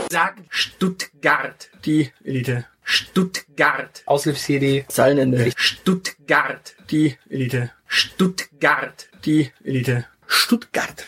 Sag Stuttgart. Die Elite. Stuttgart. Aushilfs-CD. Zeilenende. Stuttgart. Die Elite. Stuttgart. Die Elite. Stuttgart.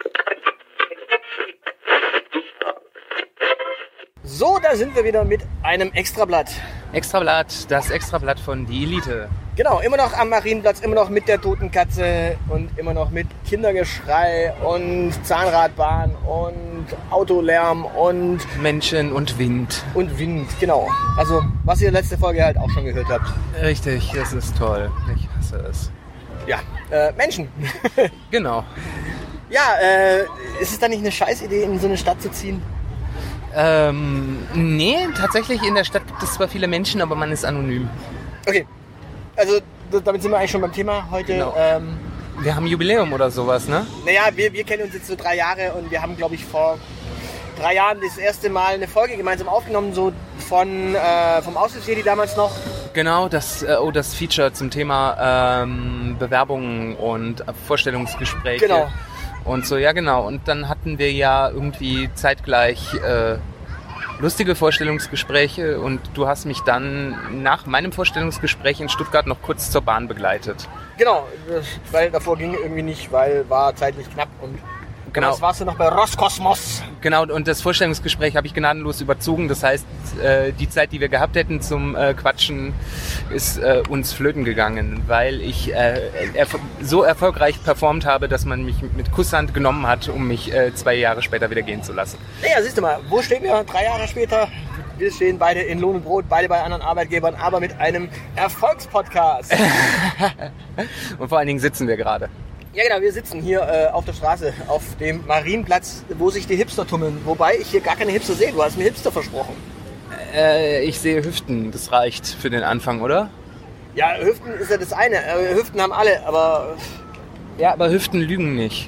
So, da sind wir wieder mit einem Extrablatt. Extrablatt, das Extrablatt von Die Elite. Genau, immer noch am Marienplatz, immer noch mit der toten Katze und immer noch mit Kindergeschrei und Zahnradbahn und Autolärm und Menschen und Wind. Und Wind, genau. Also, was ihr letzte Folge halt auch schon gehört habt. Richtig, das ist toll. Ich hasse es. Ja, Menschen. Genau. Ja, ist es da nicht eine Scheißidee, in so eine Stadt zu ziehen? Nee, tatsächlich in der Stadt gibt es zwar viele Menschen, aber man ist anonym. Okay, also damit sind wir eigentlich schon beim Thema heute. Genau. Wir haben Jubiläum oder sowas, ne? Naja, wir kennen uns jetzt so 3 Jahre und wir haben, glaube ich, vor 3 Jahren das erste Mal eine Folge gemeinsam aufgenommen, so vom Aushilfs-Jedi damals noch. Genau, das Feature zum Thema Bewerbungen und Vorstellungsgespräche. Genau. Und so, ja genau. Und dann hatten wir ja irgendwie zeitgleich lustige Vorstellungsgespräche und du hast mich dann nach meinem Vorstellungsgespräch in Stuttgart noch kurz zur Bahn begleitet. Genau, weil davor ging irgendwie nicht, weil war zeitlich knapp und genau. Das warst du noch bei Roskosmos. Genau, und das Vorstellungsgespräch habe ich gnadenlos überzogen. Das heißt, die Zeit, die wir gehabt hätten zum Quatschen, ist uns flöten gegangen, weil ich so erfolgreich performt habe, dass man mich mit Kusshand genommen hat, um mich 2 Jahre später wieder gehen zu lassen. Ja, siehst du mal, wo stehen wir 3 Jahre später? Wir stehen beide in Lohn und Brot, beide bei anderen Arbeitgebern, aber mit einem Erfolgspodcast. Und vor allen Dingen sitzen wir gerade. Ja genau, wir sitzen hier auf der Straße, auf dem Marienplatz, wo sich die Hipster tummeln. Wobei ich hier gar keine Hipster sehe, du hast mir Hipster versprochen. Ich sehe Hüften, das reicht für den Anfang, oder? Ja, Hüften ist ja das eine, Hüften haben alle, aber... Ja, aber Hüften lügen nicht.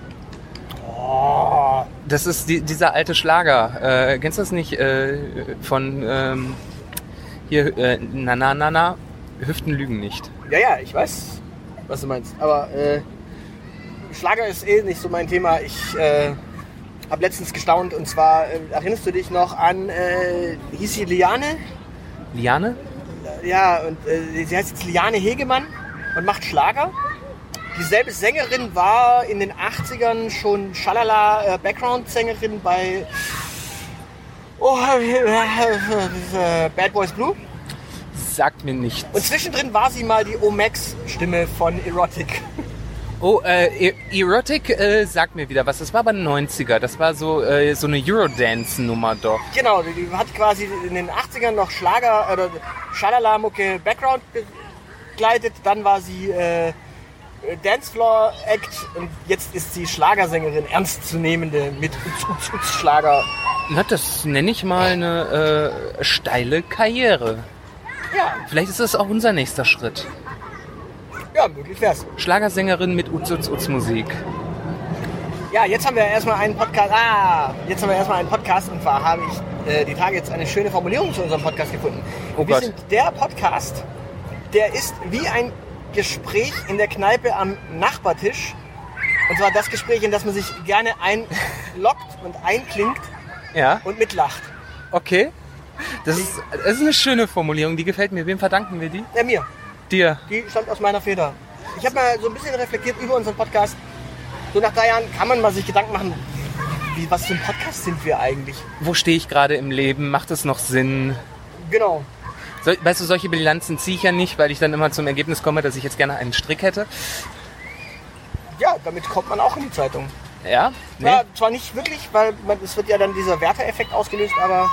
Oh. Das ist dieser alte Schlager, kennst du das nicht? Von hier, na, Hüften lügen nicht. Ja, ich weiß, was du meinst, aber... Schlager ist eh nicht so mein Thema. Ich habe letztens gestaunt und zwar, erinnerst du dich noch an, hieß sie Liane? Liane? Ja, und sie heißt jetzt Liane Hegemann und macht Schlager. Dieselbe Sängerin war in den 80ern schon Schalala Background-Sängerin bei Bad Boys Blue. Sagt mir nichts. Und zwischendrin war sie mal die Omex-Stimme von Erotic. Oh, Erotic sagt mir wieder was. Das war aber 90er. Das war so eine Eurodance-Nummer doch. Genau, die hat quasi in den 80ern noch Schlager oder Schalala-Mucke Background begleitet. Dann war sie Dancefloor-Act und jetzt ist sie Schlagersängerin, ernstzunehmende mit Schlager. Na, das nenne ich mal eine steile Karriere. Ja. Vielleicht ist das auch unser nächster Schritt. Ja, möglich wär's. Schlagersängerin mit Musik. Ja, jetzt haben wir erstmal einen Podcast. Und zwar habe ich die Tage jetzt eine schöne Formulierung zu unserem Podcast gefunden. Oh wir Gott. sind der Podcast, der ist wie ein Gespräch in der Kneipe am Nachbartisch. Und zwar das Gespräch, in das man sich gerne einloggt und einklingt und mitlacht. Okay. Das ist eine schöne Formulierung, die gefällt mir. Wem verdanken wir die? Mir. Dir. Die stammt aus meiner Feder. Ich habe mal so ein bisschen reflektiert über unseren Podcast. So nach 3 Jahren kann man mal sich Gedanken machen, was für ein Podcast sind wir eigentlich? Wo stehe ich gerade im Leben? Macht es noch Sinn? Genau. Weißt du, solche Bilanzen ziehe ich ja nicht, weil ich dann immer zum Ergebnis komme, dass ich jetzt gerne einen Strick hätte. Ja, damit kommt man auch in die Zeitung. Ja? Nee. Ja, zwar nicht wirklich, weil es wird ja dann dieser Werter-Effekt ausgelöst, aber...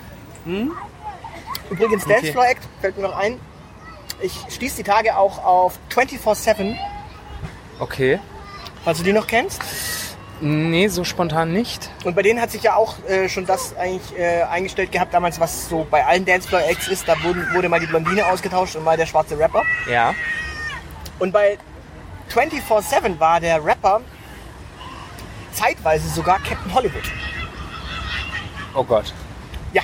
Übrigens, Dancefloor Act, fällt mir noch ein. Ich stieß die Tage auch auf 24/7. Okay. Falls du die noch kennst. Nee, so spontan nicht. Und bei denen hat sich ja auch schon das eigentlich eingestellt gehabt damals, was so bei allen Dancefloor Acts ist. Da wurde mal die Blondine ausgetauscht und mal der schwarze Rapper. Ja. Und bei 24/7 war der Rapper zeitweise sogar Captain Hollywood. Oh Gott. Ja.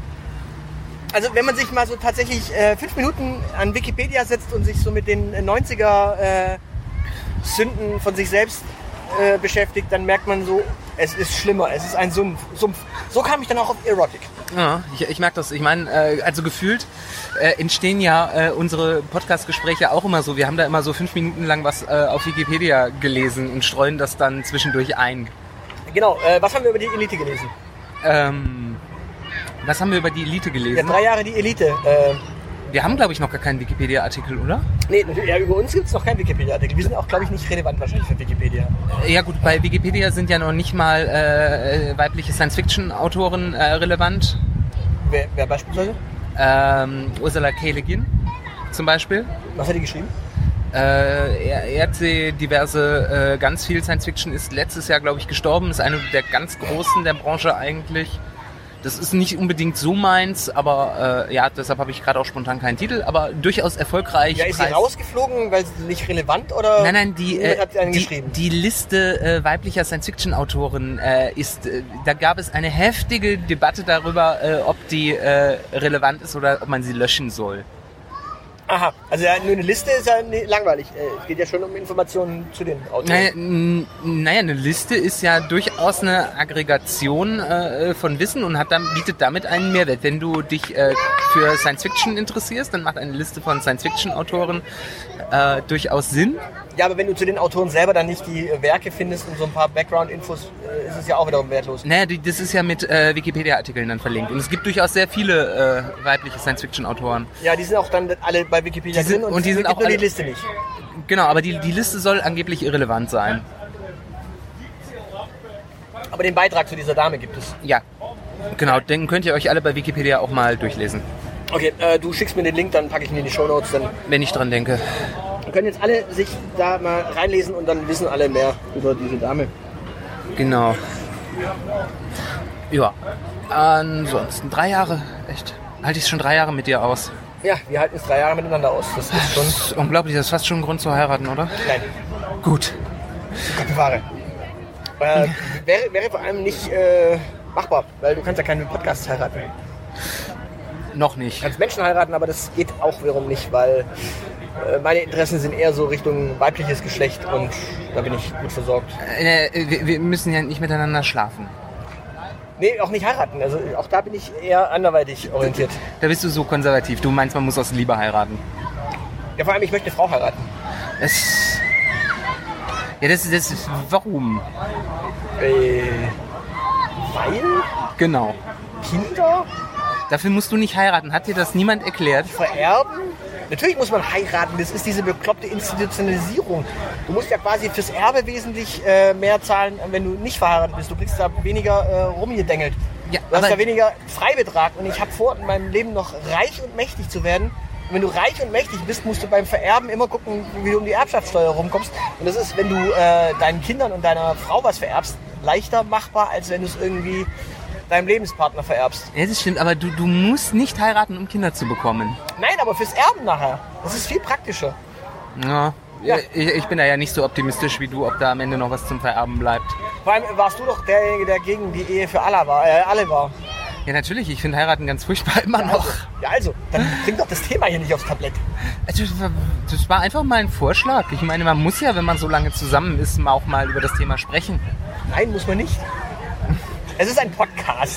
Also wenn man sich mal so tatsächlich 5 Minuten an Wikipedia setzt und sich so mit den 90er Sünden von sich selbst beschäftigt, dann merkt man so, es ist schlimmer, es ist ein Sumpf. So kam ich dann auch auf Erotic. Ja, ich merke das. Ich meine, also gefühlt entstehen ja unsere Podcast-Gespräche auch immer so. Wir haben da immer so 5 Minuten lang was auf Wikipedia gelesen und streuen das dann zwischendurch ein. Genau, was haben wir über die Elite gelesen? Was haben wir über die Elite gelesen? Ja, 3 Jahre die Elite. Wir haben, glaube ich, noch gar keinen Wikipedia-Artikel, oder? Nee, ja, über uns gibt es noch keinen Wikipedia-Artikel. Wir sind auch, glaube ich, nicht relevant wahrscheinlich für Wikipedia. Ja gut, bei Wikipedia sind ja noch nicht mal weibliche Science-Fiction-Autoren relevant. Wer beispielsweise? Ursula K. Le Guin zum Beispiel. Was hat die geschrieben? Er hat diverse, ganz viel Science-Fiction, ist letztes Jahr, glaube ich, gestorben, ist eine der ganz Großen der Branche eigentlich. Das ist nicht unbedingt so meins, aber ja, deshalb habe ich gerade auch spontan keinen Titel, aber durchaus erfolgreich. Ja, ist sie rausgeflogen, weil sie nicht relevant oder? Nein, die Liste weiblicher Science-Fiction-Autoren da gab es eine heftige Debatte darüber, ob die relevant ist oder ob man sie löschen soll. Aha, also ja, nur eine Liste ist ja langweilig. Es geht ja schon um Informationen zu den Autoren. Naja, eine Liste ist ja durchaus eine Aggregation von Wissen und bietet damit einen Mehrwert. Wenn du dich für Science-Fiction interessierst, dann macht eine Liste von Science-Fiction-Autoren durchaus Sinn. Ja, aber wenn du zu den Autoren selber dann nicht die Werke findest und so ein paar Background-Infos, ist es ja auch wiederum wertlos. Naja, das ist ja mit Wikipedia-Artikeln dann verlinkt. Und es gibt durchaus sehr viele weibliche Science-Fiction-Autoren. Ja, die sind auch dann alle bei Wikipedia drin und die sind auch nur die Liste nicht. Genau, aber die Liste soll angeblich irrelevant sein. Aber den Beitrag zu dieser Dame gibt es. Ja, genau. Den könnt ihr euch alle bei Wikipedia auch mal durchlesen. Okay, du schickst mir den Link, dann packe ich ihn in die Shownotes. Wenn ich dran denke. Können jetzt alle sich da mal reinlesen und dann wissen alle mehr über diese Dame. Genau. Ja. Ansonsten 3 Jahre, echt. Halte ich es schon 3 Jahre mit dir aus? Ja, wir halten es 3 Jahre miteinander aus. Das ist schon... Das ist unglaublich, das ist fast schon ein Grund zu heiraten, oder? Nein. Gut. Gott bewahre. Wäre vor allem nicht machbar, weil du kannst ja keinen Podcast heiraten. Noch nicht. Du kannst Menschen heiraten, aber das geht auch wiederum nicht, weil meine Interessen sind eher so Richtung weibliches Geschlecht und da bin ich gut versorgt. Wir müssen ja nicht miteinander schlafen. Nee, auch nicht heiraten. Also auch da bin ich eher anderweitig orientiert. Da bist du so konservativ. Du meinst, man muss aus Liebe heiraten. Ja, vor allem, ich möchte eine Frau heiraten. Das ist warum? Weil? Genau. Kinder? Dafür musst du nicht heiraten. Hat dir das niemand erklärt? Vererben? Natürlich muss man heiraten. Das ist diese bekloppte Institutionalisierung. Du musst ja quasi fürs Erbe wesentlich mehr zahlen, wenn du nicht verheiratet bist. Du kriegst da weniger rumgedengelt. Ja, du hast da weniger Freibetrag. Und ich habe vor, in meinem Leben noch reich und mächtig zu werden. Und wenn du reich und mächtig bist, musst du beim Vererben immer gucken, wie du um die Erbschaftssteuer rumkommst. Und das ist, wenn du deinen Kindern und deiner Frau was vererbst, leichter machbar, als wenn du es irgendwie deinem Lebenspartner vererbst. Ja, das stimmt, aber du musst nicht heiraten, um Kinder zu bekommen. Nein, aber fürs Erben nachher. Das ist viel praktischer. Ja. Ich bin da ja nicht so optimistisch wie du, ob da am Ende noch was zum Vererben bleibt. Vor allem warst du doch derjenige, der gegen die Ehe für alle war. Ja, natürlich. Ich finde heiraten ganz furchtbar immer noch. Also, dann bring doch das Thema hier nicht aufs Tablett. Also, das war einfach mal ein Vorschlag. Ich meine, man muss ja, wenn man so lange zusammen ist, auch mal über das Thema sprechen. Nein, muss man nicht. Es ist ein Podcast.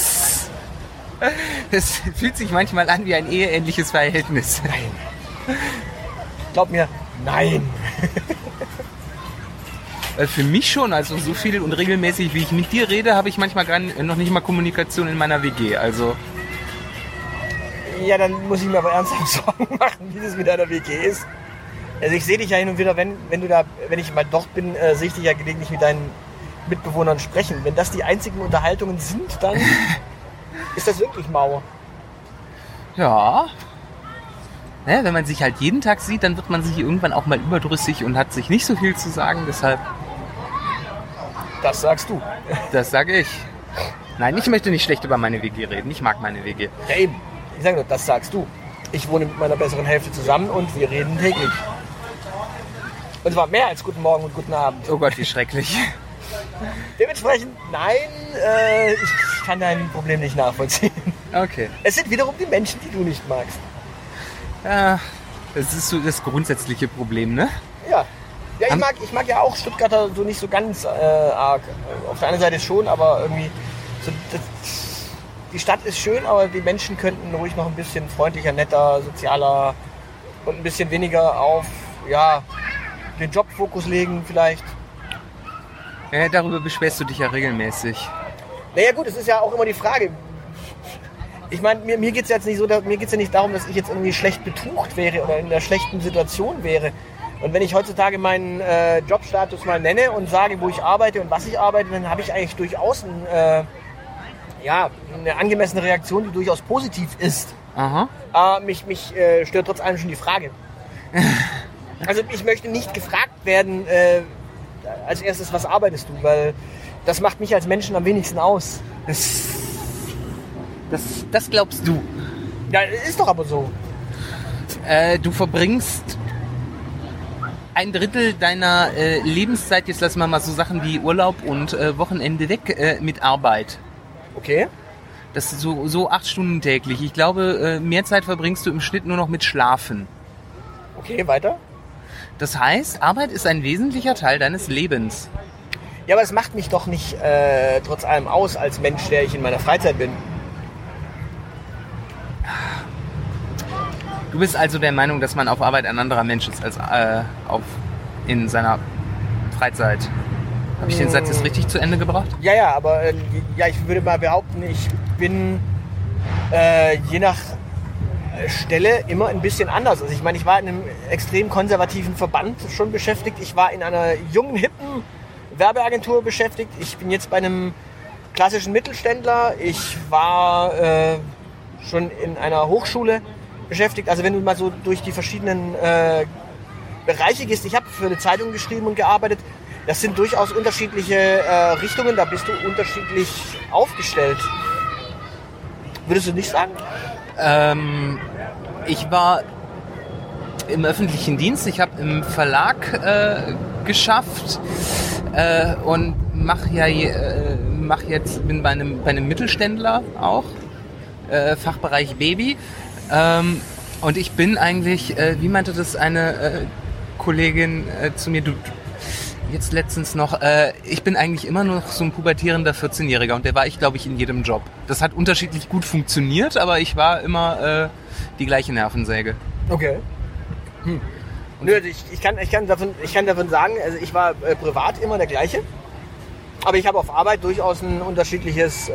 Es fühlt sich manchmal an wie ein eheähnliches Verhältnis. Nein. Glaub mir, nein. Für mich schon, also so viel und regelmäßig, wie ich mit dir rede, habe ich manchmal noch nicht mal Kommunikation in meiner WG, also... Ja, dann muss ich mir aber ernsthaft Sorgen machen, wie das mit deiner WG ist. Also ich sehe dich ja hin und wieder, wenn ich mal dort bin, sehe ich dich ja gelegentlich mit deinen Mitbewohnern sprechen. Wenn das die einzigen Unterhaltungen sind, dann ist das wirklich mau. Ja. Naja, wenn man sich halt jeden Tag sieht, dann wird man sich irgendwann auch mal überdrüssig und hat sich nicht so viel zu sagen, deshalb... Das sagst du. Das sage ich. Nein, ich möchte nicht schlecht über meine WG reden. Ich mag meine WG. Ja eben. Ich sage nur, das sagst du. Ich wohne mit meiner besseren Hälfte zusammen und wir reden täglich. Und zwar mehr als guten Morgen und guten Abend. Oh Gott, wie schrecklich. Dementsprechend, nein, ich kann dein Problem nicht nachvollziehen. Okay. Es sind wiederum die Menschen, die du nicht magst. Ja, das ist so das grundsätzliche Problem, ne? Ja. Ja, ich mag ja auch Stuttgarter so nicht so ganz arg. Auf der einen Seite schon, aber irgendwie... So, die Stadt ist schön, aber die Menschen könnten ruhig noch ein bisschen freundlicher, netter, sozialer und ein bisschen weniger auf den Jobfokus legen vielleicht. Ja, darüber beschwerst du dich ja regelmäßig. Naja gut, es ist ja auch immer die Frage. Ich meine, mir geht es jetzt nicht so, mir geht's ja nicht darum, dass ich jetzt irgendwie schlecht betucht wäre oder in einer schlechten Situation wäre. Und wenn ich heutzutage meinen Jobstatus mal nenne und sage, wo ich arbeite und was ich arbeite, dann habe ich eigentlich durchaus eine angemessene Reaktion, die durchaus positiv ist. Aha. Mich stört trotz allem schon die Frage. Also ich möchte nicht gefragt werden, als erstes, was arbeitest du? Weil das macht mich als Menschen am wenigsten aus. Das glaubst du? Ja, ist doch aber so. Du verbringst ein Drittel deiner Lebenszeit, jetzt lassen wir mal so Sachen wie Urlaub und Wochenende weg, mit Arbeit. Okay. Das ist so 8 Stunden täglich. Ich glaube, mehr Zeit verbringst du im Schnitt nur noch mit Schlafen. Okay, weiter. Das heißt, Arbeit ist ein wesentlicher Teil deines Lebens. Ja, aber es macht mich doch nicht trotz allem aus als Mensch, der ich in meiner Freizeit bin. Du bist also der Meinung, dass man auf Arbeit ein anderer Mensch ist als in seiner Freizeit. Habe ich den Satz jetzt richtig zu Ende gebracht? Ja, aber ich würde mal behaupten, ich bin je nach Stelle immer ein bisschen anders. Also ich meine, ich war in einem extrem konservativen Verband schon beschäftigt. Ich war in einer jungen, hippen Werbeagentur beschäftigt. Ich bin jetzt bei einem klassischen Mittelständler. Ich war schon in einer Hochschule beschäftigt. Also wenn du mal so durch die verschiedenen Bereiche gehst. Ich habe für eine Zeitung geschrieben und gearbeitet. Das sind durchaus unterschiedliche Richtungen. Da bist du unterschiedlich aufgestellt. Würdest du nicht sagen? Ich war im öffentlichen Dienst. Ich habe im Verlag geschafft und bin bei einem Mittelständler auch, Fachbereich Baby. Und ich bin eigentlich, wie meinte das eine Kollegin zu mir, jetzt letztens noch, ich bin eigentlich immer nur noch so ein pubertierender 14-Jähriger und der war ich, glaube ich, in jedem Job. Das hat unterschiedlich gut funktioniert, aber ich war immer die gleiche Nervensäge. Okay. Nö, also ich kann davon sagen, also ich war privat immer der gleiche, aber ich habe auf Arbeit durchaus ein unterschiedliches,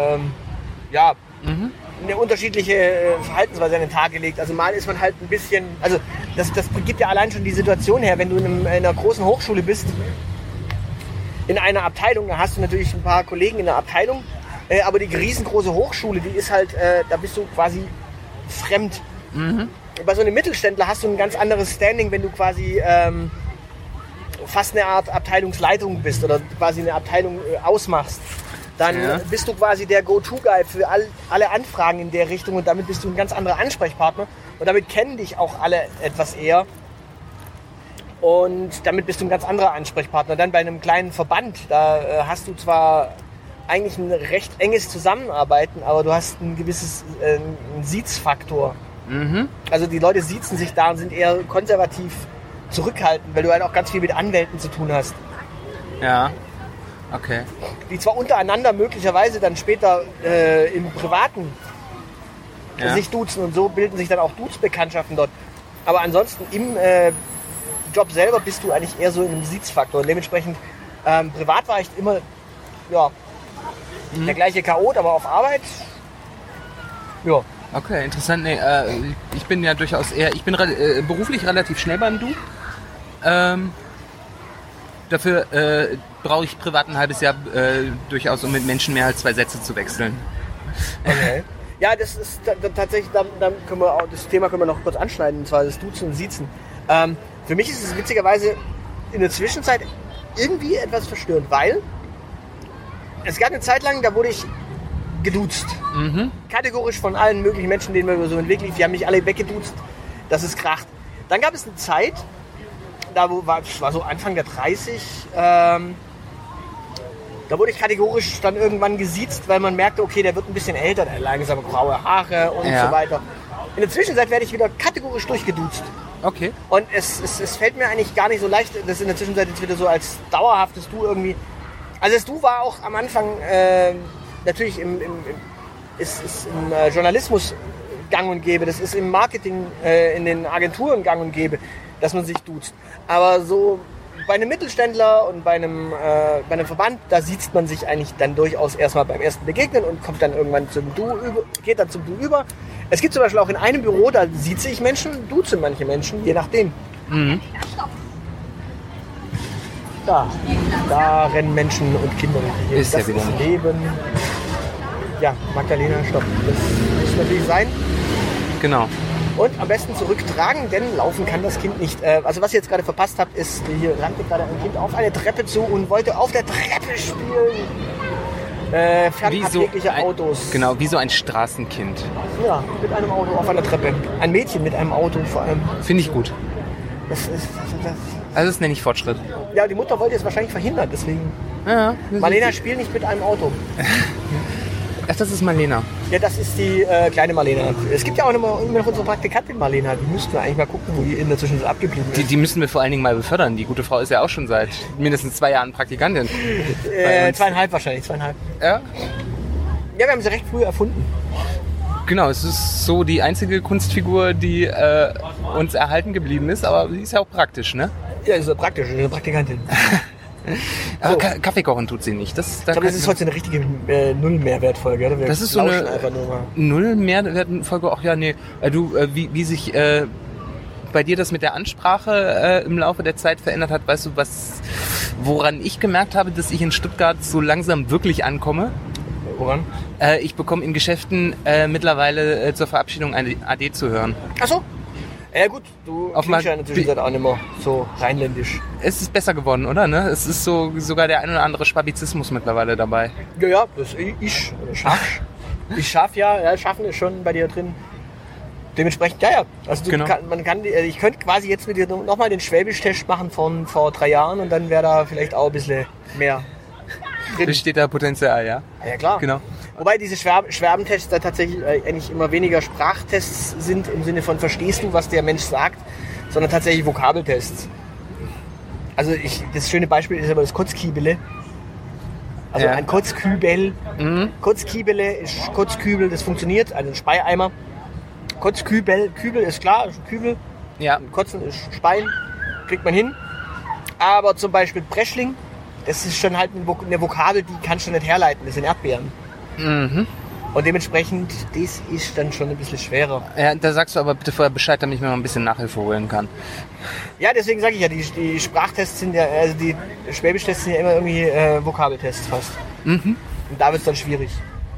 eine unterschiedliche Verhaltensweise an den Tag gelegt. Also mal ist man halt ein bisschen, also das gibt ja allein schon die Situation her, wenn du in einer großen Hochschule bist, in einer Abteilung, da hast du natürlich ein paar Kollegen in der Abteilung, aber die riesengroße Hochschule, die ist halt, da bist du quasi fremd. Mhm. Bei so einem Mittelständler hast du ein ganz anderes Standing, wenn du quasi fast eine Art Abteilungsleitung bist oder quasi eine Abteilung ausmachst. Dann bist du quasi der Go-To-Guy für alle Anfragen in der Richtung und damit bist du ein ganz anderer Ansprechpartner und damit kennen dich auch alle etwas eher und damit bist du ein ganz anderer Ansprechpartner. Dann bei einem kleinen Verband, da hast du zwar eigentlich ein recht enges Zusammenarbeiten, aber du hast ein gewisses Siezfaktor. Mhm. Also die Leute siezen sich da und sind eher konservativ zurückhaltend, weil du halt auch ganz viel mit Anwälten zu tun hast. Ja. Okay. Die zwar untereinander möglicherweise dann später im Privaten sich duzen und so bilden sich dann auch Duzbekanntschaften dort. Aber ansonsten im Job selber bist du eigentlich eher so in einem Siezfaktor. Und dementsprechend privat war ich immer der gleiche Chaot, aber auf Arbeit ja. Okay, interessant. Nee, ich bin ja durchaus ich bin beruflich relativ schnell beim Du. Dafür brauche ich privat ein halbes Jahr durchaus, um mit Menschen mehr als 2 Sätze zu wechseln. Okay. Ja, das ist tatsächlich, das Thema können wir noch kurz anschneiden, und zwar das Duzen und Siezen. Für mich ist es witzigerweise in der Zwischenzeit irgendwie etwas verstörend, weil es gab eine Zeit lang, da wurde ich geduzt. Mhm. Kategorisch von allen möglichen Menschen, denen wir so im Weg liefen, die haben mich alle weggeduzt, dass es kracht. Dann gab es eine Zeit, das war so Anfang der 30, da wurde ich kategorisch dann irgendwann gesiezt, weil man merkte, okay, der wird ein bisschen älter, der hat langsam graue Haare und so weiter. In der Zwischenzeit werde ich wieder kategorisch durchgeduzt. Okay. Und es fällt mir eigentlich gar nicht so leicht, das in der Zwischenzeit jetzt wieder so als dauerhaftes Du irgendwie... Also das Du war auch am Anfang natürlich im Journalismus gang und gäbe, das ist im Marketing, in den Agenturen gang und gäbe, dass man sich duzt. Aber so bei einem Mittelständler und bei einem Verband, da sieht man sich eigentlich dann durchaus erstmal beim ersten Begegnen und kommt dann irgendwann zum Du über, geht dann zum Du über. Es gibt zum Beispiel auch in einem Büro, da sieht sich Menschen, duze manche Menschen, je nachdem. Mhm. Da rennen Menschen und Kinder. Ist das ja wieder ist Leben. Ja, Magdalena, stopp. Das muss natürlich sein. Genau. Und am besten zurücktragen, denn laufen kann das Kind nicht. Also was ihr jetzt gerade verpasst habt, ist, hier rannte gerade ein Kind auf eine Treppe zu und wollte auf der Treppe spielen. Fernab jeglicher Autos. Genau, wie so ein Straßenkind. Ja, mit einem Auto auf einer Treppe. Ein Mädchen mit einem Auto vor allem. Finde ich gut. Also das nenne ich Fortschritt. Ja, die Mutter wollte es wahrscheinlich verhindern, deswegen. Ja, Marlena spielt nicht mit einem Auto. Ach, das ist Marlena. Ja, das ist die kleine Marlena. Es gibt ja auch noch unsere Praktikantin Marlena. Die müssten wir eigentlich mal gucken, wo die in der Zwischenzeit abgeblieben ist. Die müssen wir vor allen Dingen mal befördern. Die gute Frau ist ja auch schon seit mindestens 2 Jahren Praktikantin. 2,5 wahrscheinlich, 2,5. Ja? Ja, wir haben sie recht früh erfunden. Genau, es ist so die einzige Kunstfigur, die uns erhalten geblieben ist, aber sie ist ja auch praktisch, ne? Ja, ist ja praktisch, eine Praktikantin. Aber Kaffee kochen tut sie nicht. Ich glaube, das ist heute eine richtige Null-Mehrwertfolge. Oder? Das ist so eine Null-Mehrwertfolge. Ach ja, nee. Wie sich bei dir das mit der Ansprache im Laufe der Zeit verändert hat, weißt du, woran ich gemerkt habe, dass ich in Stuttgart so langsam wirklich ankomme? Woran? Ich bekomme in Geschäften mittlerweile zur Verabschiedung eine AD zu hören. Ach so. Ja gut, du klingst ja in der Zwischenzeit auch nicht mehr so rheinländisch. Es ist besser geworden, oder? Ne? Es ist so sogar der ein oder andere Schwabizismus mittlerweile dabei. Ja, das ich schaff. Ich schaff ja, Schaffen ist schon bei dir drin. Dementsprechend, ja. Also genau. Ich könnte quasi jetzt mit dir nochmal den Schwäbisch-Test machen von vor 3 Jahren und dann wäre da vielleicht auch ein bisschen mehr drin. Besteht da Potenzial, ja? Ja, klar. Genau. Wobei diese Schwärmentests da tatsächlich eigentlich immer weniger Sprachtests sind, im Sinne von verstehst du, was der Mensch sagt, sondern tatsächlich Vokabeltests. Also das schöne Beispiel ist aber das Kotzkiebele. Also ein Kotzkübel. Kotzkiebele ist Kotzkübel, das funktioniert, also ein Speieimer. Kotzkübel, Kübel ist klar, ist ein Kübel. Ja. Kotzen ist Speien, kriegt man hin. Aber zum Beispiel Preschling, das ist schon halt eine Vokabel, die kannst du nicht herleiten, das sind Erdbeeren. Mhm. Und dementsprechend, das ist dann schon ein bisschen schwerer. Ja, da sagst du aber bitte vorher Bescheid, damit ich mir mal ein bisschen Nachhilfe holen kann. Ja, deswegen sage ich ja, die Sprachtests sind ja, also die Schwäbisch-Tests sind ja immer irgendwie Vokabeltests fast. Mhm. Und da wird es dann schwierig.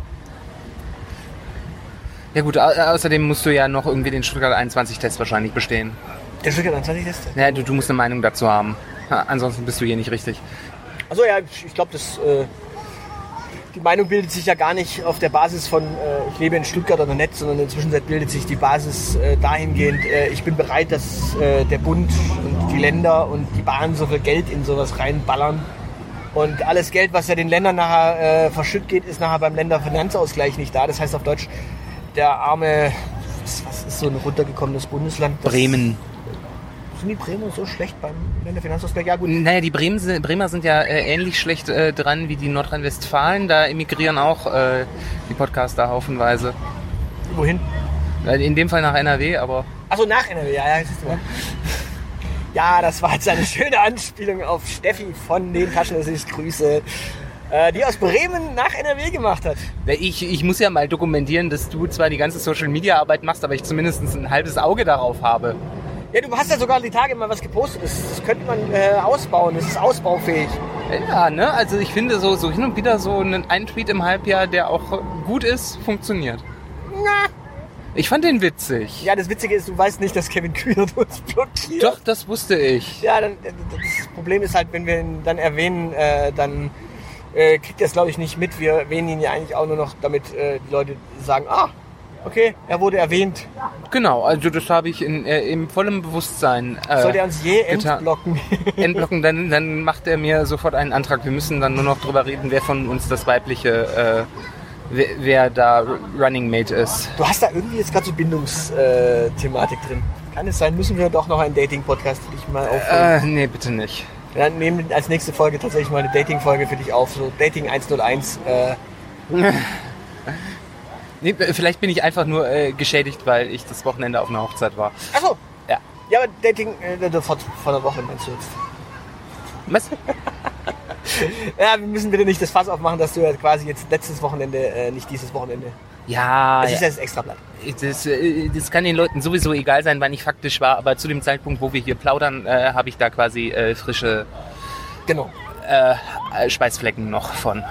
Ja gut, außerdem musst du ja noch irgendwie den Stuttgart 21-Test wahrscheinlich bestehen. Der Stuttgart 21-Test? Ja, du musst eine Meinung dazu haben. Ansonsten bist du hier nicht richtig. Also ja, ich glaube, die Meinung bildet sich ja gar nicht auf der Basis von ich lebe in Stuttgart oder nicht, sondern in der Zwischenzeit bildet sich die Basis dahingehend, ich bin bereit, dass der Bund und die Länder und die Bahn so viel Geld in sowas reinballern. Und alles Geld, was ja den Ländern nachher verschütt geht, ist nachher beim Länderfinanzausgleich nicht da. Das heißt auf Deutsch, der arme, was ist so ein runtergekommenes Bundesland? Bremen. Sind die Bremer so schlecht beim Länderfinanzausgleich? Ja, gut. Naja, die Bremer sind ja ähnlich schlecht dran wie die Nordrhein-Westfalen. Da emigrieren auch die Podcaster haufenweise. Wohin? In dem Fall nach NRW, aber... Achso, nach NRW, ja. Ja, das war jetzt eine schöne Anspielung auf Steffi von den Taschenessig Grüße, die aus Bremen nach NRW gemacht hat. Ich muss ja mal dokumentieren, dass du zwar die ganze Social-Media-Arbeit machst, aber ich zumindest ein halbes Auge darauf habe. Ja, du hast ja sogar die Tage mal was gepostet. Das könnte man ausbauen. Das ist ausbaufähig. Ja, ne? Also ich finde so hin und wieder so ein Tweet im Halbjahr, der auch gut ist, funktioniert. Na. Ich fand den witzig. Ja, das Witzige ist, du weißt nicht, dass Kevin Kühnert uns blockiert. Doch, das wusste ich. Ja, das Problem ist halt, wenn wir ihn dann erwähnen, dann kriegt er es, glaube ich, nicht mit. Wir erwähnen ihn ja eigentlich auch nur noch, damit die Leute sagen, okay, er wurde erwähnt. Genau, also das habe ich im vollen Bewusstsein Soll der uns je entblocken? Entblocken, dann macht er mir sofort einen Antrag. Wir müssen dann nur noch drüber reden, wer von uns das weibliche, wer da Running Mate ist. Du hast da irgendwie jetzt gerade so Bindungsthematik drin. Kann es sein, müssen wir doch noch einen Dating-Podcast für dich mal aufnehmen? Nee, bitte nicht. Dann nehmen wir als nächste Folge tatsächlich mal eine Dating-Folge für dich auf. So Dating 101. Nee, vielleicht bin ich einfach nur geschädigt, weil ich das Wochenende auf einer Hochzeit war. Achso. Ja. Ja, aber Dating vor einer Woche meinst du jetzt? Was? Ja, wir müssen bitte nicht das Fass aufmachen, dass du ja quasi jetzt letztes Wochenende, nicht dieses Wochenende. Ja. Das ist ja das Extrablatt. Das kann den Leuten sowieso egal sein, wann ich faktisch war, aber zu dem Zeitpunkt, wo wir hier plaudern, habe ich da quasi frische Genau. Schweißflecken noch von.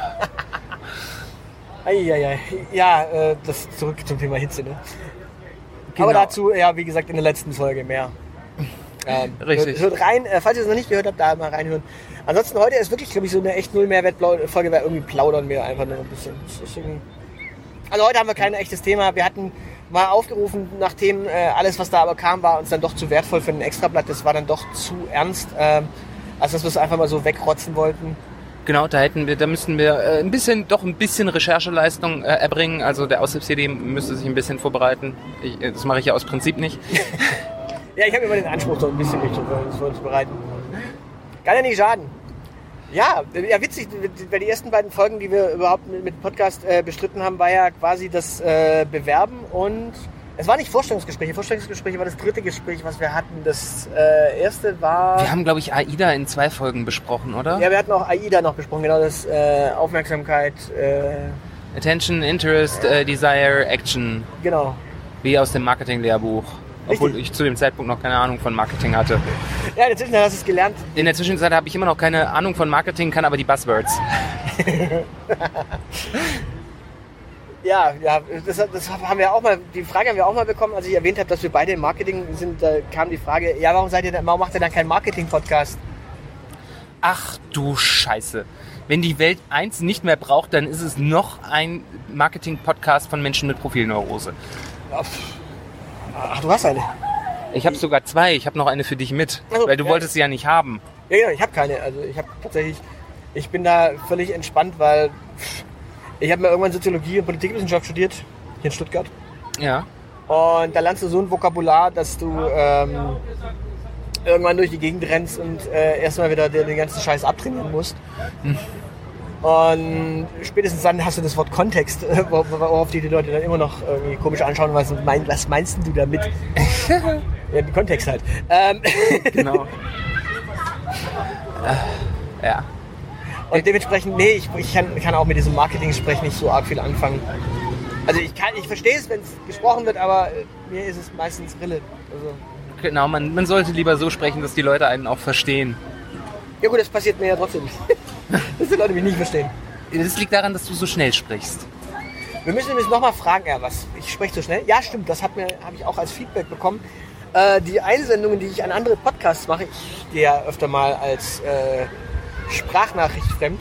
Eieiei. Ja, das zurück zum Thema Hitze, ne? Genau. Aber dazu, ja, wie gesagt, in der letzten Folge mehr. Richtig. Hört rein, falls ihr es noch nicht gehört habt, da mal reinhören. Ansonsten heute ist wirklich, glaube ich, so eine echt Null-Mehrwert-Folge, weil irgendwie plaudern wir einfach nur ein bisschen. Also heute haben wir kein echtes Thema. Wir hatten mal aufgerufen nach Themen, alles was da aber kam, war uns dann doch zu wertvoll für ein Extrablatt. Das war dann doch zu ernst, als dass wir es einfach mal so wegrotzen wollten. Genau, da müssten wir ein bisschen Rechercheleistung erbringen. Also der Aushilfs-CD müsste sich ein bisschen vorbereiten. Das mache ich ja aus Prinzip nicht. Ja, ich habe immer den Anspruch, so ein bisschen mich vorzubereiten. Kann ja nicht schaden. Ja, witzig, weil die ersten beiden Folgen, die wir überhaupt mit Podcast bestritten haben, war ja quasi das Bewerben und es war nicht Vorstellungsgespräche. Vorstellungsgespräche war das dritte Gespräch, was wir hatten. Das erste war... Wir haben, glaube ich, AIDA in 2 Folgen besprochen, oder? Ja, wir hatten auch AIDA noch besprochen, genau, das Aufmerksamkeit... Attention, Interest, Desire, Action. Genau. Wie aus dem Marketing-Lehrbuch. Obwohl Richtig. ich zu dem Zeitpunkt noch keine Ahnung von Marketing hatte. Ja, in der Zwischenzeit hast du es gelernt. In der Zwischenzeit habe ich immer noch keine Ahnung von Marketing, kann aber die Buzzwords. Ja, das haben wir auch mal, die Frage haben wir auch mal bekommen, als ich erwähnt habe, dass wir beide im Marketing sind, da kam die Frage, ja, warum macht ihr dann keinen Marketing-Podcast? Ach du Scheiße. Wenn die Welt eins nicht mehr braucht, dann ist es noch ein Marketing-Podcast von Menschen mit Profilneurose. Ach, du hast eine. Ich habe sogar 2. Ich habe noch eine für dich mit. Also, weil du ja. wolltest sie ja nicht haben. Ja, genau, ich habe keine. Also ich bin da völlig entspannt, weil ich habe mir irgendwann Soziologie und Politikwissenschaft studiert, hier in Stuttgart. Ja. Und da lernst du so ein Vokabular, dass du irgendwann durch die Gegend rennst und erstmal wieder den ganzen Scheiß abtrainieren musst. Und spätestens dann hast du das Wort Kontext, worauf die Leute dann immer noch irgendwie komisch anschauen, was meinst du damit? Ja, den Kontext halt. Genau. Ja. Und dementsprechend, nee, ich kann auch mit diesem Marketing-Sprech nicht so arg viel anfangen. Also ich verstehe es, wenn es gesprochen wird, aber mir ist es meistens Rille. Also. Genau, man sollte lieber so sprechen, dass die Leute einen auch verstehen. Ja gut, das passiert mir ja trotzdem nicht. Dass die Leute mich nicht verstehen. Das liegt daran, dass du so schnell sprichst. Wir müssen nämlich nochmal fragen, ich spreche so schnell. Ja, stimmt, das habe ich auch als Feedback bekommen. Die Einsendungen, die ich an andere Podcasts mache, ich gehe ja öfter mal als Sprachnachricht fremd.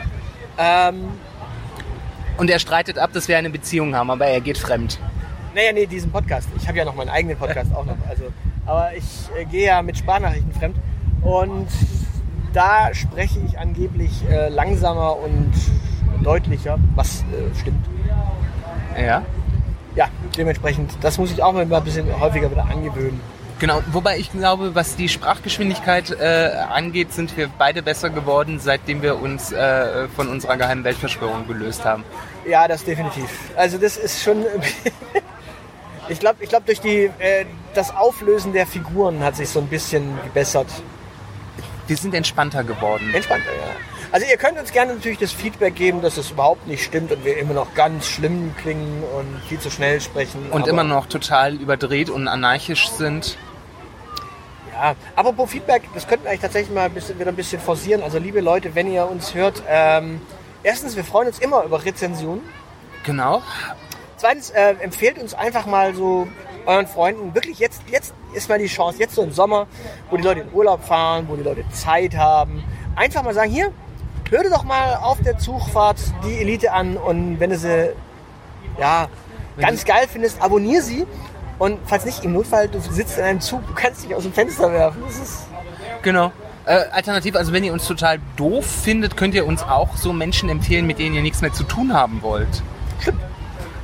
Und er streitet ab, dass wir eine Beziehung haben, aber er geht fremd. Naja, nee, diesen Podcast. Ich habe ja noch meinen eigenen Podcast auch noch. Also, aber ich gehe ja mit Sprachnachrichten fremd. Und da spreche ich angeblich langsamer und deutlicher, was stimmt. Ja. Ja, dementsprechend, das muss ich auch mal ein bisschen häufiger wieder angewöhnen. Genau, wobei ich glaube, was die Sprachgeschwindigkeit angeht, sind wir beide besser geworden, seitdem wir uns von unserer geheimen Weltverschwörung gelöst haben. Ja, das definitiv. Also das ist schon... ich glaube, durch das Auflösen der Figuren hat sich so ein bisschen gebessert. Wir sind entspannter geworden. Entspannter, ja. Also ihr könnt uns gerne natürlich das Feedback geben, dass es überhaupt nicht stimmt und wir immer noch ganz schlimm klingen und viel zu schnell sprechen. Und immer noch total überdreht und anarchisch sind. Ja, apropos Feedback, das könnten wir eigentlich tatsächlich mal wieder ein bisschen forcieren. Also liebe Leute, wenn ihr uns hört, erstens, wir freuen uns immer über Rezensionen. Genau. Zweitens, empfehlt uns einfach mal so euren Freunden, wirklich jetzt ist mal die Chance, jetzt so im Sommer, wo die Leute in Urlaub fahren, wo die Leute Zeit haben, einfach mal sagen, hier, hör dir doch mal auf der Zugfahrt die Elite an und wenn du sie ganz geil findest, abonnier sie und falls nicht, im Notfall, du sitzt in einem Zug, du kannst dich aus dem Fenster werfen. Das ist genau. Alternativ, also wenn ihr uns total doof findet, könnt ihr uns auch so Menschen empfehlen, mit denen ihr nichts mehr zu tun haben wollt. Stimmt.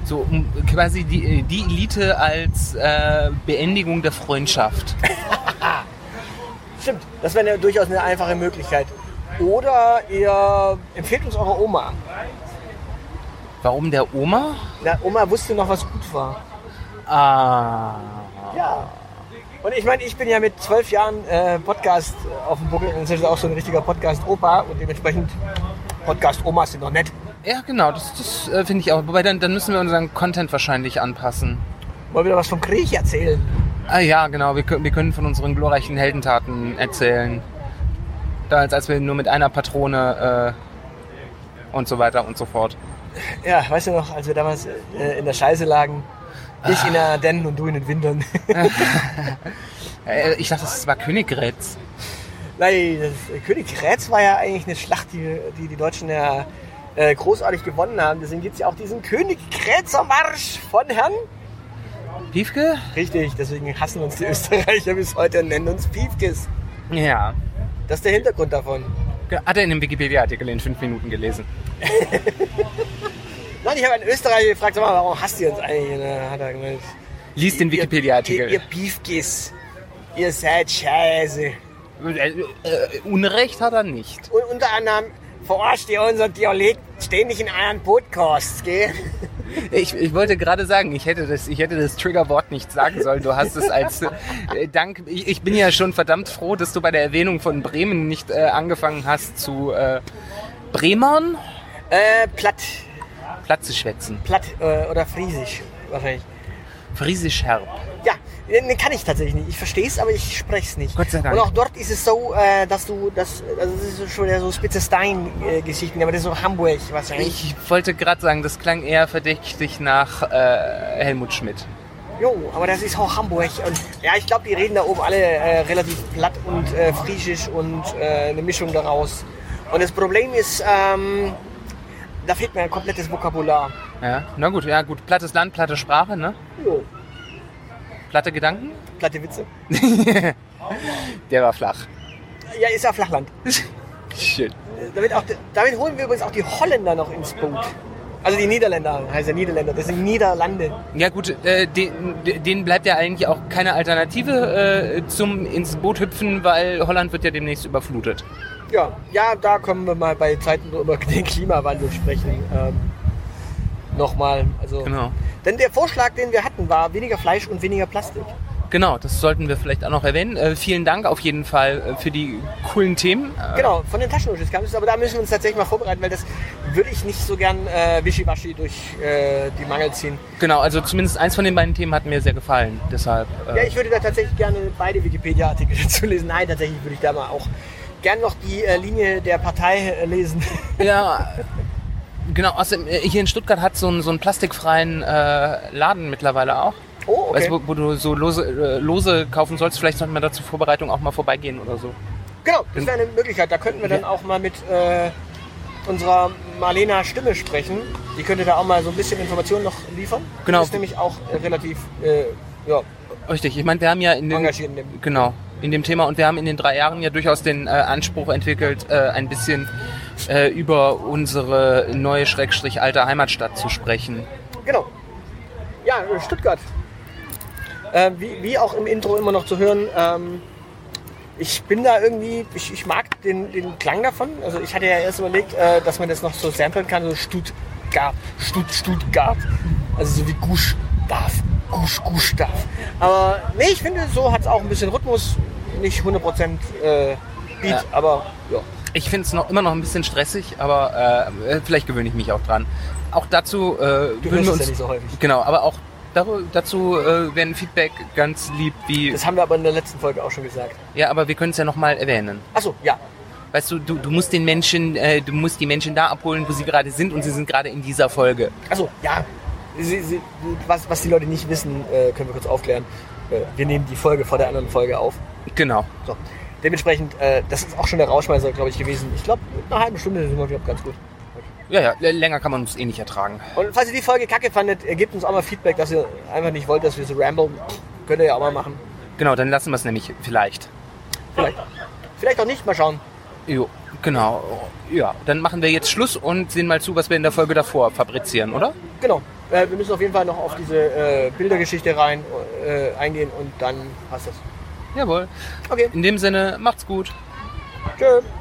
So quasi die Elite als Beendigung der Freundschaft. Stimmt, das wäre durchaus eine einfache Möglichkeit. Oder ihr empfehlt uns eure Oma. Warum der Oma? Na, Oma wusste noch, was gut war. Ah. Ja. Und ich meine, ich bin ja mit 12 Jahren Podcast auf dem Buckel. Das ist auch so ein richtiger Podcast-Opa. Und dementsprechend Podcast-Omas sind noch nett. Ja, genau, das finde ich auch. Wobei dann müssen wir unseren Content wahrscheinlich anpassen. Wollen wir wieder was vom Krieg erzählen? Ah ja, genau, wir können von unseren glorreichen Heldentaten erzählen. Damals, als wir nur mit einer Patrone und so weiter und so fort. Ja, weißt du noch, als wir damals in der Scheiße lagen? Ich in den Ardennen und du in den Wintern. Ich dachte, das war Königgrätz. Nein, Königgrätz war ja eigentlich eine Schlacht, die Deutschen ja großartig gewonnen haben. Deswegen gibt es ja auch diesen Königgrätzer Marsch von Herrn Piefke? Richtig, deswegen hassen uns die Österreicher bis heute und nennen uns Piefkes. Ja. Das ist der Hintergrund davon. Hat er in dem Wikipedia-Artikel in 5 Minuten gelesen. Nein, ich habe einen Österreicher gefragt, sag mal, warum hasst ihr uns eigentlich? Und dann hat er gemeint, Lies den Wikipedia-Artikel. Ihr Piefkes, ihr seid scheiße. Unrecht hat er nicht. Und unter anderem verarscht ihr unseren Dialekt ständig in euren Podcasts, gell? Ich wollte gerade sagen, ich hätte das Triggerwort nicht sagen sollen. Du hast es als Dank. Ich bin ja schon verdammt froh, dass du bei der Erwähnung von Bremen nicht angefangen hast zu Bremern? Platt zu schwätzen. Platt oder Friesisch wahrscheinlich. Friesisch herb. Ja, ne, kann ich tatsächlich nicht. Ich verstehe es, aber ich spreche es nicht. Gott sei Dank. Und auch dort ist es so, dass das ist schon so spitze Stein-Geschichten, aber das ist so Hamburg wahrscheinlich. Ich wollte gerade sagen, das klang eher verdächtig nach Helmut Schmidt. Jo, aber das ist auch Hamburg. Und ja, ich glaube, die reden da oben alle relativ platt und friesisch und eine Mischung daraus. Und das Problem ist, da fehlt mir ein komplettes Vokabular. Ja, na gut, ja gut. Plattes Land, platte Sprache, ne? Jo. Platte Gedanken? Platte Witze. Der war flach. Ja, ist ja Flachland. Schön. Damit holen wir übrigens auch die Holländer noch ins Boot. Also die Niederländer, heißt ja Niederländer, das sind Niederlande. Ja gut, denen bleibt ja eigentlich auch keine Alternative zum ins Boot hüpfen, weil Holland wird ja demnächst überflutet. Ja, da können wir mal bei Zeiten über den Klimawandel sprechen. Nochmal. Also, genau. Denn der Vorschlag, den wir hatten, war weniger Fleisch und weniger Plastik. Genau, das sollten wir vielleicht auch noch erwähnen. Vielen Dank auf jeden Fall für die coolen Themen. Genau, von den Taschenuschis kam es, aber da müssen wir uns tatsächlich mal vorbereiten, weil das würde ich nicht so gern wischiwaschi durch die Mangel ziehen. Genau, also zumindest eins von den beiden Themen hat mir sehr gefallen, deshalb... Ja, ich würde da tatsächlich gerne beide Wikipedia-Artikel dazu lesen. Nein, tatsächlich würde ich da mal auch gern noch die Linie der Partei lesen. Ja, genau. Außerdem, hier in Stuttgart hat so einen plastikfreien Laden mittlerweile auch. Oh, okay. Weißt du, wo du so Lose kaufen sollst. Vielleicht sollten wir da zur Vorbereitung auch mal vorbeigehen oder so. Genau, das wäre eine Möglichkeit. Da könnten wir dann auch mal mit unserer Marlena Stimme sprechen. Die könnte da auch mal so ein bisschen Informationen noch liefern. Genau. Die ist nämlich auch relativ Richtig, ich meine, wir haben ja engagiert in dem Thema und wir haben in den 3 Jahren ja durchaus den Anspruch entwickelt, ein bisschen über unsere neue / alte Heimatstadt zu sprechen. Genau. Ja, Stuttgart. Wie auch im Intro immer noch zu hören, ich bin da irgendwie, ich mag den Klang davon. Also ich hatte ja erst überlegt, dass man das noch so samplen kann, so Stuttgart. Also so wie Gustav. Aber nee, ich finde, so hat es auch ein bisschen Rhythmus, nicht 100% Beat, ja. Aber ja. Ich finde es immer noch ein bisschen stressig, aber vielleicht gewöhne ich mich auch dran. Auch dazu würden wir uns... Ja nicht so häufig. Genau, aber auch dazu wäre ein Feedback ganz lieb, wie... Das haben wir aber in der letzten Folge auch schon gesagt. Ja, aber wir können es ja nochmal erwähnen. Achso, ja. Weißt du musst den Menschen, du musst die Menschen da abholen, wo sie gerade sind und sie sind gerade in dieser Folge. Achso, ja. Was die Leute nicht wissen, können wir kurz aufklären. Wir nehmen die Folge vor der anderen Folge auf. Genau. So. Dementsprechend, das ist auch schon der Rauschmeißer, glaube ich, gewesen. Ich glaube, mit einer halben Stunde sind wir, glaube ich, ganz gut. Ja, länger kann man uns eh nicht ertragen. Und falls ihr die Folge kacke fandet, gebt uns auch mal Feedback, dass ihr einfach nicht wollt, dass wir so ramblen. Könnt ihr ja auch mal machen. Genau, dann lassen wir es nämlich vielleicht. Vielleicht auch nicht, mal schauen. Jo, genau. Ja, dann machen wir jetzt Schluss und sehen mal zu, was wir in der Folge davor fabrizieren, oder? Genau. Wir müssen auf jeden Fall noch auf diese Bildergeschichte eingehen und dann hast du es. Jawohl. Okay. In dem Sinne, macht's gut. Tschö.